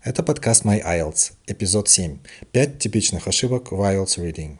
Это подкаст My IELTS, эпизод 7. 5 типичных ошибок в IELTS Reading.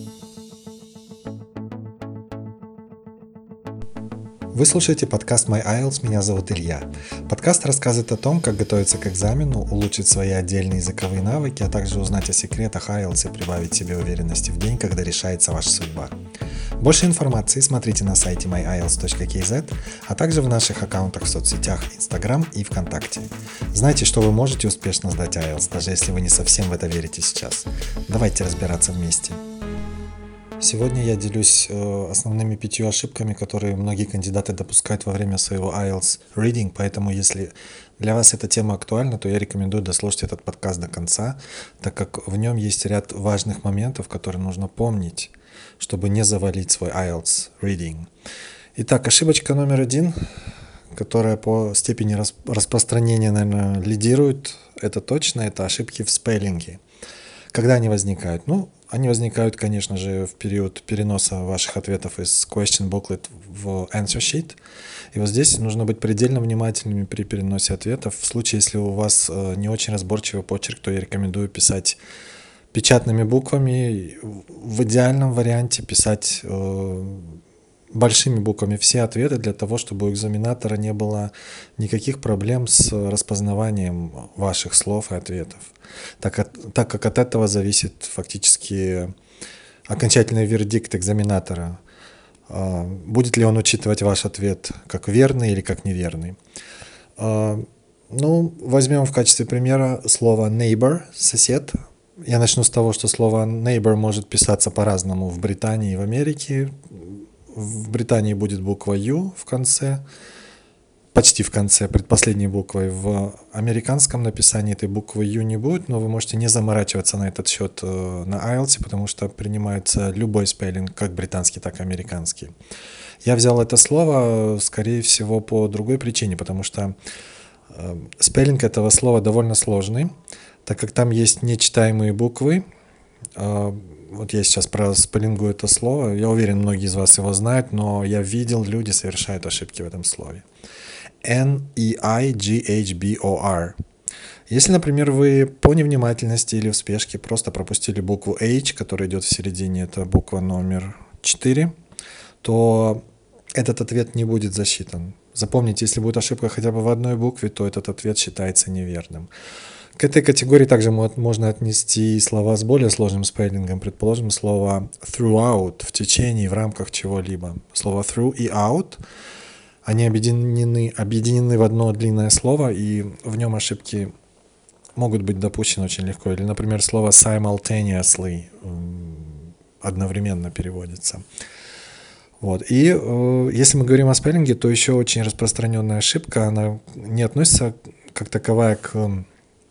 Вы слушаете подкаст My IELTS, меня зовут Илья. Подкаст рассказывает о том, как готовиться к экзамену, улучшить свои отдельные языковые навыки, а также узнать о секретах IELTS и прибавить себе уверенности в день, когда решается ваша судьба. Больше информации смотрите на сайте myielts.kz, а также в наших аккаунтах в соцсетях Instagram и ВКонтакте. Знайте, что вы можете успешно сдать IELTS, даже если вы не совсем в это верите сейчас. Давайте разбираться вместе. Сегодня я делюсь основными 5 ошибками, которые многие кандидаты допускают во время своего IELTS Reading, поэтому если для вас эта тема актуальна, то я рекомендую дослушать этот подкаст до конца, так как в нем есть ряд важных моментов, которые нужно помнить, чтобы не завалить свой IELTS Reading. Итак, ошибочка номер 1, которая по степени распространения, наверное, лидирует, это точно, это ошибки в спеллинге. Когда они возникают? Они возникают, конечно же, в период переноса ваших ответов из question booklet в answer sheet. И вот здесь нужно быть предельно внимательными при переносе ответов. В случае, если у вас не очень разборчивый почерк, то я рекомендую писать печатными буквами. В идеальном варианте писать большими буквами все ответы для того, чтобы у экзаменатора не было никаких проблем с распознаванием ваших слов и ответов, так как от этого зависит фактически окончательный вердикт экзаменатора. Будет ли он учитывать ваш ответ как верный или как неверный. Возьмем в качестве примера слово neighbor, сосед. Я начну с того, что слово neighbor может писаться по-разному в Британии и в Америке. В Британии будет буква U в конце, почти в конце, предпоследней буквой. В американском написании этой буквы U не будет, но вы можете не заморачиваться на этот счет на IELTS, потому что принимается любой спеллинг, как британский, так и американский. Я взял это слово, скорее всего, по другой причине, потому что спеллинг этого слова довольно сложный, так как там есть нечитаемые буквы. Вот я сейчас проспеллингую это слово. Я уверен, многие из вас его знают, но я видел, люди совершают ошибки в этом слове. N-E-I-G-H-B-O-R. Если, например, вы по невнимательности или в спешке просто пропустили букву H, которая идет в середине, это буква номер 4, то этот ответ не будет засчитан. Запомните, если будет ошибка хотя бы в одной букве, то этот ответ считается неверным. К этой категории также можно отнести слова с более сложным спеллингом. Предположим, слово throughout, в течение, в рамках чего-либо. Слово through и out, они объединены в одно длинное слово, и в нем ошибки могут быть допущены очень легко. Или, например, слово simultaneously одновременно переводится. Вот. И если мы говорим о спеллинге, то еще очень распространенная ошибка, она не относится как таковая к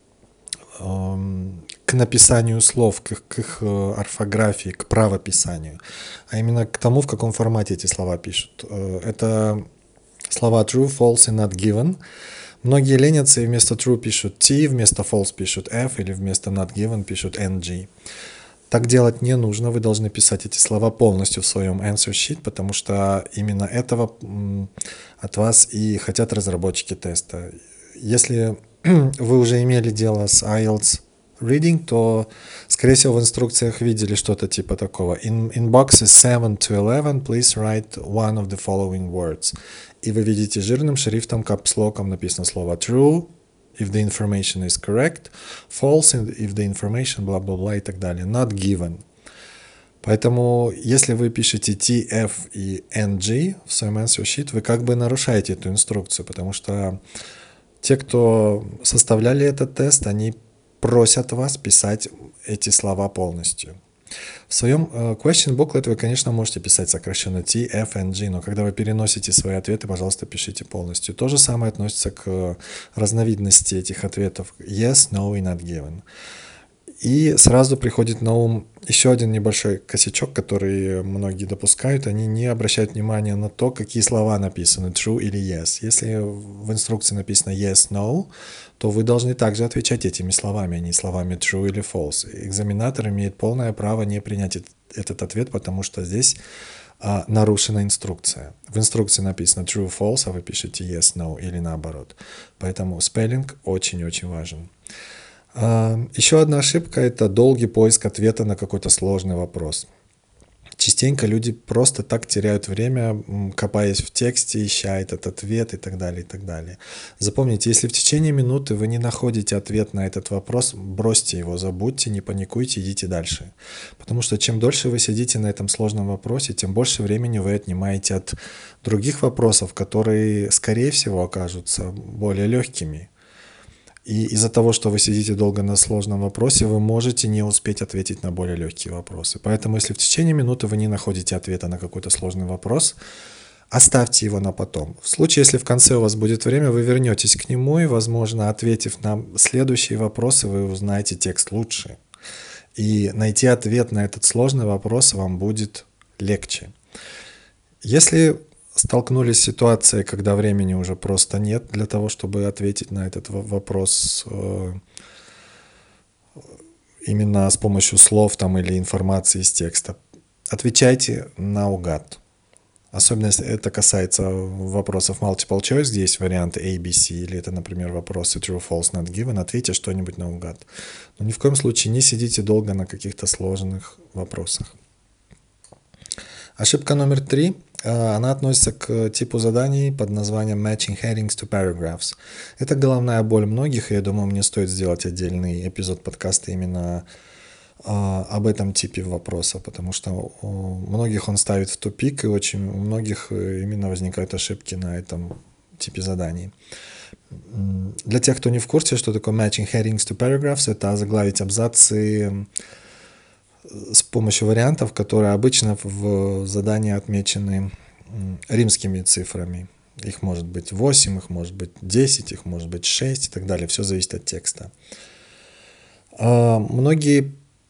написанию слов, к их орфографии, к правописанию, а именно к тому, в каком формате эти слова пишут. Это слова true, false и not given. Многие ленятся и вместо true пишут T, вместо false пишут F или вместо not given пишут NG. Так делать не нужно, вы должны писать эти слова полностью в своем answer sheet, потому что именно этого от вас и хотят разработчики теста. Если вы уже имели дело с IELTS Reading, то, скорее всего, в инструкциях видели что-то типа такого. In boxes 7 to 11, please write one of the following words. И вы видите жирным шрифтом, капслоком написано слово true, if the information is correct, false, if the information, бла-бла-бла и так далее, not given. Поэтому, если вы пишете T, F и NG в своем answer sheet, вы как бы нарушаете эту инструкцию, потому что те, кто составляли этот тест, они просят вас писать эти слова полностью. В своем question booklet вы, конечно, можете писать сокращенно T, F, NG, но когда вы переносите свои ответы, пожалуйста, пишите полностью. То же самое относится к разновидности этих ответов yes, no и not given. И сразу приходит на ум еще один небольшой косячок, который многие допускают. Они не обращают внимания на то, какие слова написаны, true или yes. Если в инструкции написано yes, no, то вы должны также отвечать этими словами, а не словами true или false. Экзаменатор имеет полное право не принять этот ответ, потому что здесь нарушена инструкция. В инструкции написано true, false, а вы пишете yes, no или наоборот. Поэтому спеллинг очень-очень важен. Еще одна ошибка – это долгий поиск ответа на какой-то сложный вопрос. Частенько люди просто так теряют время, копаясь в тексте, ища этот ответ и так далее, и так далее. Запомните, если в течение минуты вы не находите ответ на этот вопрос, бросьте его, забудьте, не паникуйте, идите дальше. Потому что чем дольше вы сидите на этом сложном вопросе, тем больше времени вы отнимаете от других вопросов, которые, скорее всего, окажутся более легкими. И из-за того, что вы сидите долго на сложном вопросе, вы можете не успеть ответить на более легкие вопросы. Поэтому, если в течение минуты вы не находите ответа на какой-то сложный вопрос, оставьте его на потом. В случае, если в конце у вас будет время, вы вернетесь к нему, и, возможно, ответив на следующие вопросы, вы узнаете текст лучше. И найти ответ на этот сложный вопрос вам будет легче. Если столкнулись с ситуацией, когда времени уже просто нет для того, чтобы ответить на этот вопрос именно с помощью слов там, или информации из текста, отвечайте наугад. Особенно если это касается вопросов multiple choice, где есть варианты A, B, C, или это, например, вопросы true, false, not given, ответьте что-нибудь наугад. Но ни в коем случае не сидите долго на каких-то сложных вопросах. Ошибка номер 3. Она относится к типу заданий под названием Matching Headings to Paragraphs. Это головная боль многих, и я думаю, мне стоит сделать отдельный эпизод подкаста именно об этом типе вопроса, потому что у многих он ставит в тупик, и очень у многих именно возникают ошибки на этом типе заданий. Для тех, кто не в курсе, что такое Matching Headings to Paragraphs, это озаглавить абзацы с помощью вариантов, которые обычно в задании отмечены римскими цифрами. Их может быть 8, их может быть 10, их может быть 6 и так далее. Все зависит от текста. Многие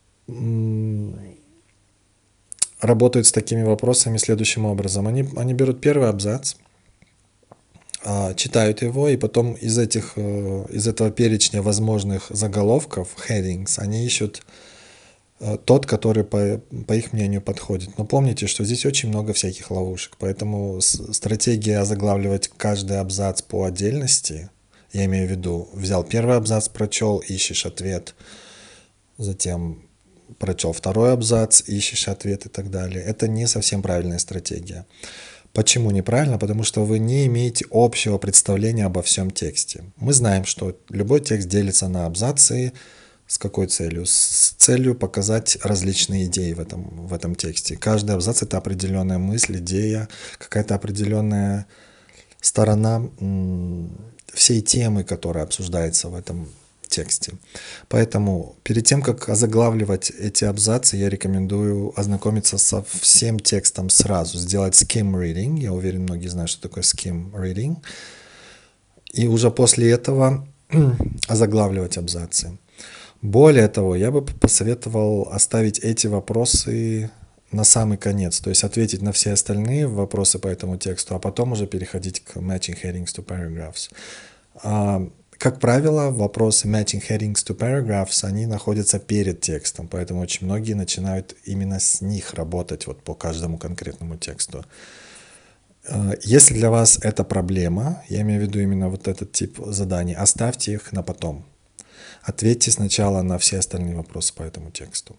работают с такими вопросами следующим образом. Они берут первый абзац, читают его, и потом из этого перечня возможных заголовков, headings, они ищут тот, который, по их мнению, подходит. Но помните, что здесь очень много всяких ловушек, поэтому стратегия озаглавливать каждый абзац по отдельности, я имею в виду, взял первый абзац, прочел, ищешь ответ, затем прочел второй абзац, ищешь ответ и так далее. Это не совсем правильная стратегия. Почему неправильно? Потому что вы не имеете общего представления обо всем тексте. Мы знаем, что любой текст делится на абзацы. С какой целью? С целью показать различные идеи в этом тексте. Каждый абзац — это определенная мысль, идея, какая-то определенная сторона всей темы, которая обсуждается в этом тексте. Поэтому перед тем, как озаглавливать эти абзацы, я рекомендую ознакомиться со всем текстом сразу, сделать skim reading. Я уверен, многие знают, что такое skim reading. И уже после этого озаглавливать абзацы. Более того, я бы посоветовал оставить эти вопросы на самый конец, то есть ответить на все остальные вопросы по этому тексту, а потом уже переходить к matching headings to paragraphs. Как правило, вопросы matching headings to paragraphs, они находятся перед текстом, поэтому очень многие начинают именно с них работать вот по каждому конкретному тексту. Если для вас это проблема, я имею в виду именно вот этот тип заданий, оставьте их на потом. Ответьте сначала на все остальные вопросы по этому тексту.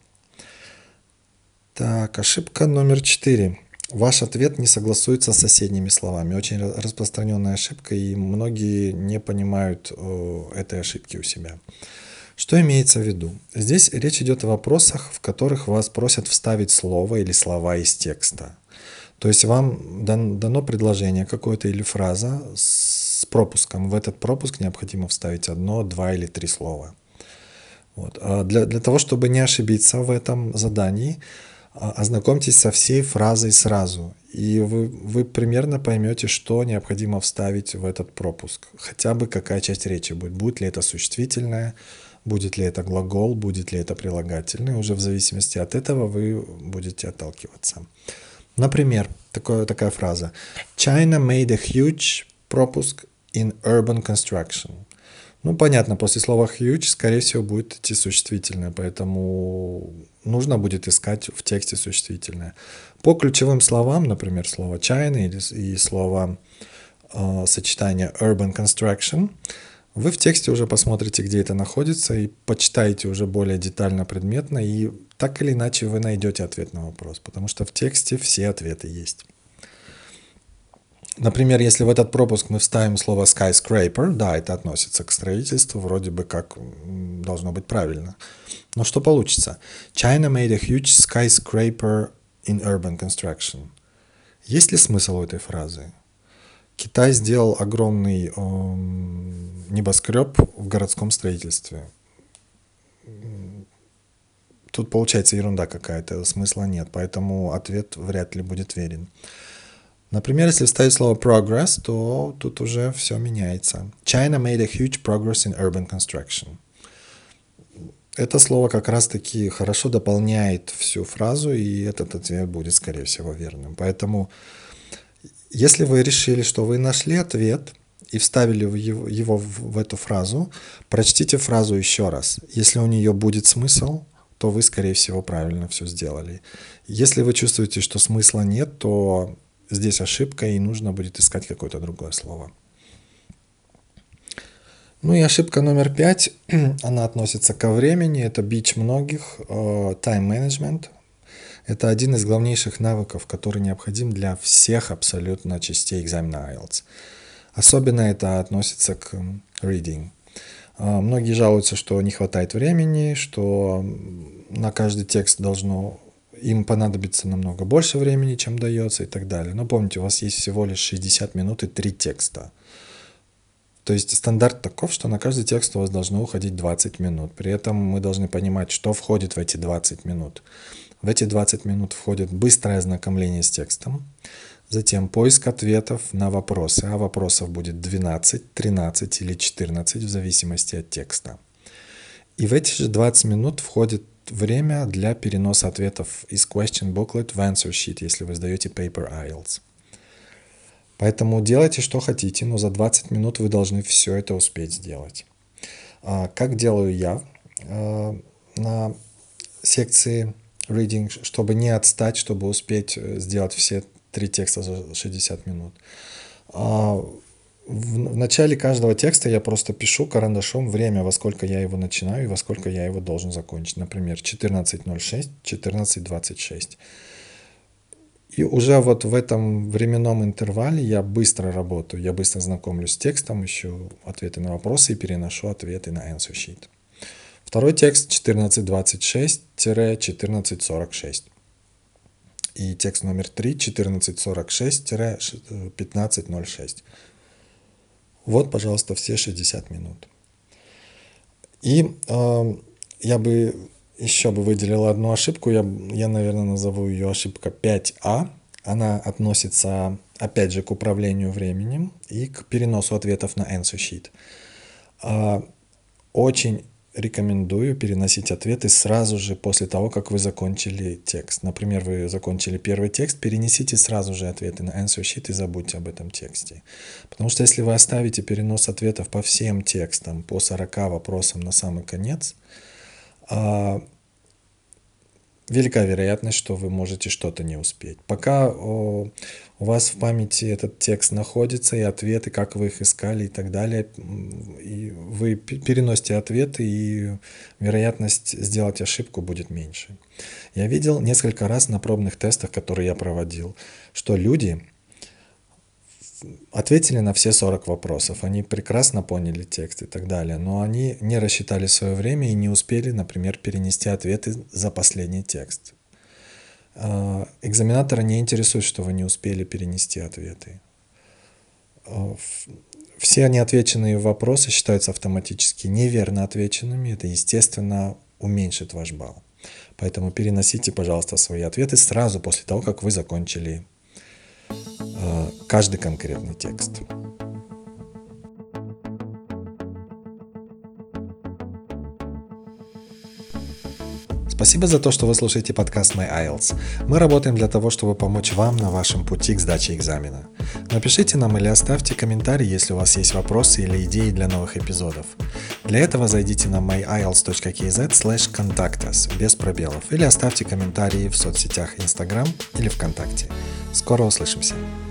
Так, ошибка номер 4. Ваш ответ не согласуется с соседними словами. Очень распространенная ошибка, и многие не понимают этой ошибки у себя. Что имеется в виду? Здесь речь идет о вопросах, в которых вас просят вставить слово или слова из текста. То есть вам дано предложение какое-то или фраза с пропуском. В этот пропуск необходимо вставить 1, 2 или 3 слова. Вот. Для того, чтобы не ошибиться в этом задании, ознакомьтесь со всей фразой сразу, и вы примерно поймете, что необходимо вставить в этот пропуск. Хотя бы какая часть речи будет. Будет ли это существительное, будет ли это глагол, будет ли это прилагательное. Уже в зависимости от этого вы будете отталкиваться. Например, такая фраза. China made a huge пропуск in urban construction. Ну, понятно, после слова huge, скорее всего, будет идти существительное, поэтому нужно будет искать в тексте существительное. По ключевым словам, например, слово China и слово сочетание urban construction, Вы в тексте уже посмотрите, где это находится, и почитаете уже более детально, предметно, и так или иначе вы найдете ответ на вопрос, потому что в тексте все ответы есть. Например, если в этот пропуск мы вставим слово skyscraper, да, это относится к строительству, вроде бы как должно быть правильно. Но что получится? China made a huge skyscraper in urban construction. Есть ли смысл у этой фразы? Китай сделал огромный небоскреб в городском строительстве. Тут получается ерунда какая-то, смысла нет, поэтому ответ вряд ли будет верен. Например, если вставить слово progress, то тут уже все меняется. China made a huge progress in urban construction. Это слово как раз-таки хорошо дополняет всю фразу, и этот ответ будет, скорее всего, верным. Поэтому, если вы решили, что вы нашли ответ и вставили его в эту фразу, прочтите фразу еще раз. Если у нее будет смысл, то вы, скорее всего, правильно все сделали. Если вы чувствуете, что смысла нет, то здесь ошибка, и нужно будет искать какое-то другое слово. Ну и ошибка номер 5, она относится ко времени, это бич многих, time management. Это один из главнейших навыков, который необходим для всех абсолютно частей экзамена IELTS. Особенно это относится к reading. Многие жалуются, что не хватает времени, что на каждый текст им понадобится намного больше времени, чем дается и так далее. Но помните, у вас есть всего лишь 60 минут и 3 текста. То есть стандарт таков, что на каждый текст у вас должно уходить 20 минут. При этом мы должны понимать, что входит в эти 20 минут. В эти 20 минут входит быстрое ознакомление с текстом, затем поиск ответов на вопросы, а вопросов будет 12, 13 или 14 в зависимости от текста. И в эти же 20 минут входит время для переноса ответов из question booklet в answer sheet, если вы сдаете paper IELTS. Поэтому делайте, что хотите, но за 20 минут вы должны все это успеть сделать. Как делаю я на секции reading, чтобы не отстать, чтобы успеть сделать все 3 текста за 60 минут. В начале каждого текста я просто пишу карандашом время, во сколько я его начинаю и во сколько я его должен закончить. Например, 14:06, 14:26. И уже вот в этом временном интервале я быстро работаю, я быстро знакомлюсь с текстом, ищу ответы на вопросы и переношу ответы на answer sheet. Второй текст 14:26-14:46. И текст номер 3 14:46-15:06. Вот, пожалуйста, все 60 минут. И я бы еще выделил одну ошибку, я, наверное, назову ее ошибка 5А. Она относится, опять же, к управлению временем и к переносу ответов на answer sheet. Очень рекомендую переносить ответы сразу же после того, как вы закончили текст. Например, вы закончили первый текст, перенесите сразу же ответы на answer sheet и забудьте об этом тексте. Потому что если вы оставите перенос ответов по всем текстам, по 40 вопросам на самый конец, велика вероятность, что вы можете что-то не успеть. Пока у вас в памяти этот текст находится, и ответы, как вы их искали и так далее, и вы переносите ответы, и вероятность сделать ошибку будет меньше. Я видел несколько раз на пробных тестах, которые я проводил, что люди ответили на все 40 вопросов, они прекрасно поняли текст и так далее, но они не рассчитали свое время и не успели, например, перенести ответы за последний текст. Экзаменатора не интересует, что вы не успели перенести ответы. Все неотвеченные вопросы считаются автоматически неверно отвеченными, это, естественно, уменьшит ваш балл. Поэтому переносите, пожалуйста, свои ответы сразу после того, как вы закончили каждый конкретный текст. Спасибо за то, что вы слушаете подкаст My IELTS. Мы работаем для того, чтобы помочь вам на вашем пути к сдаче экзамена. Напишите нам или оставьте комментарий, если у вас есть вопросы или идеи для новых эпизодов. Для этого зайдите на myielts.kz/contact us без пробелов или оставьте комментарии в соцсетях Instagram или ВКонтакте. Скоро услышимся!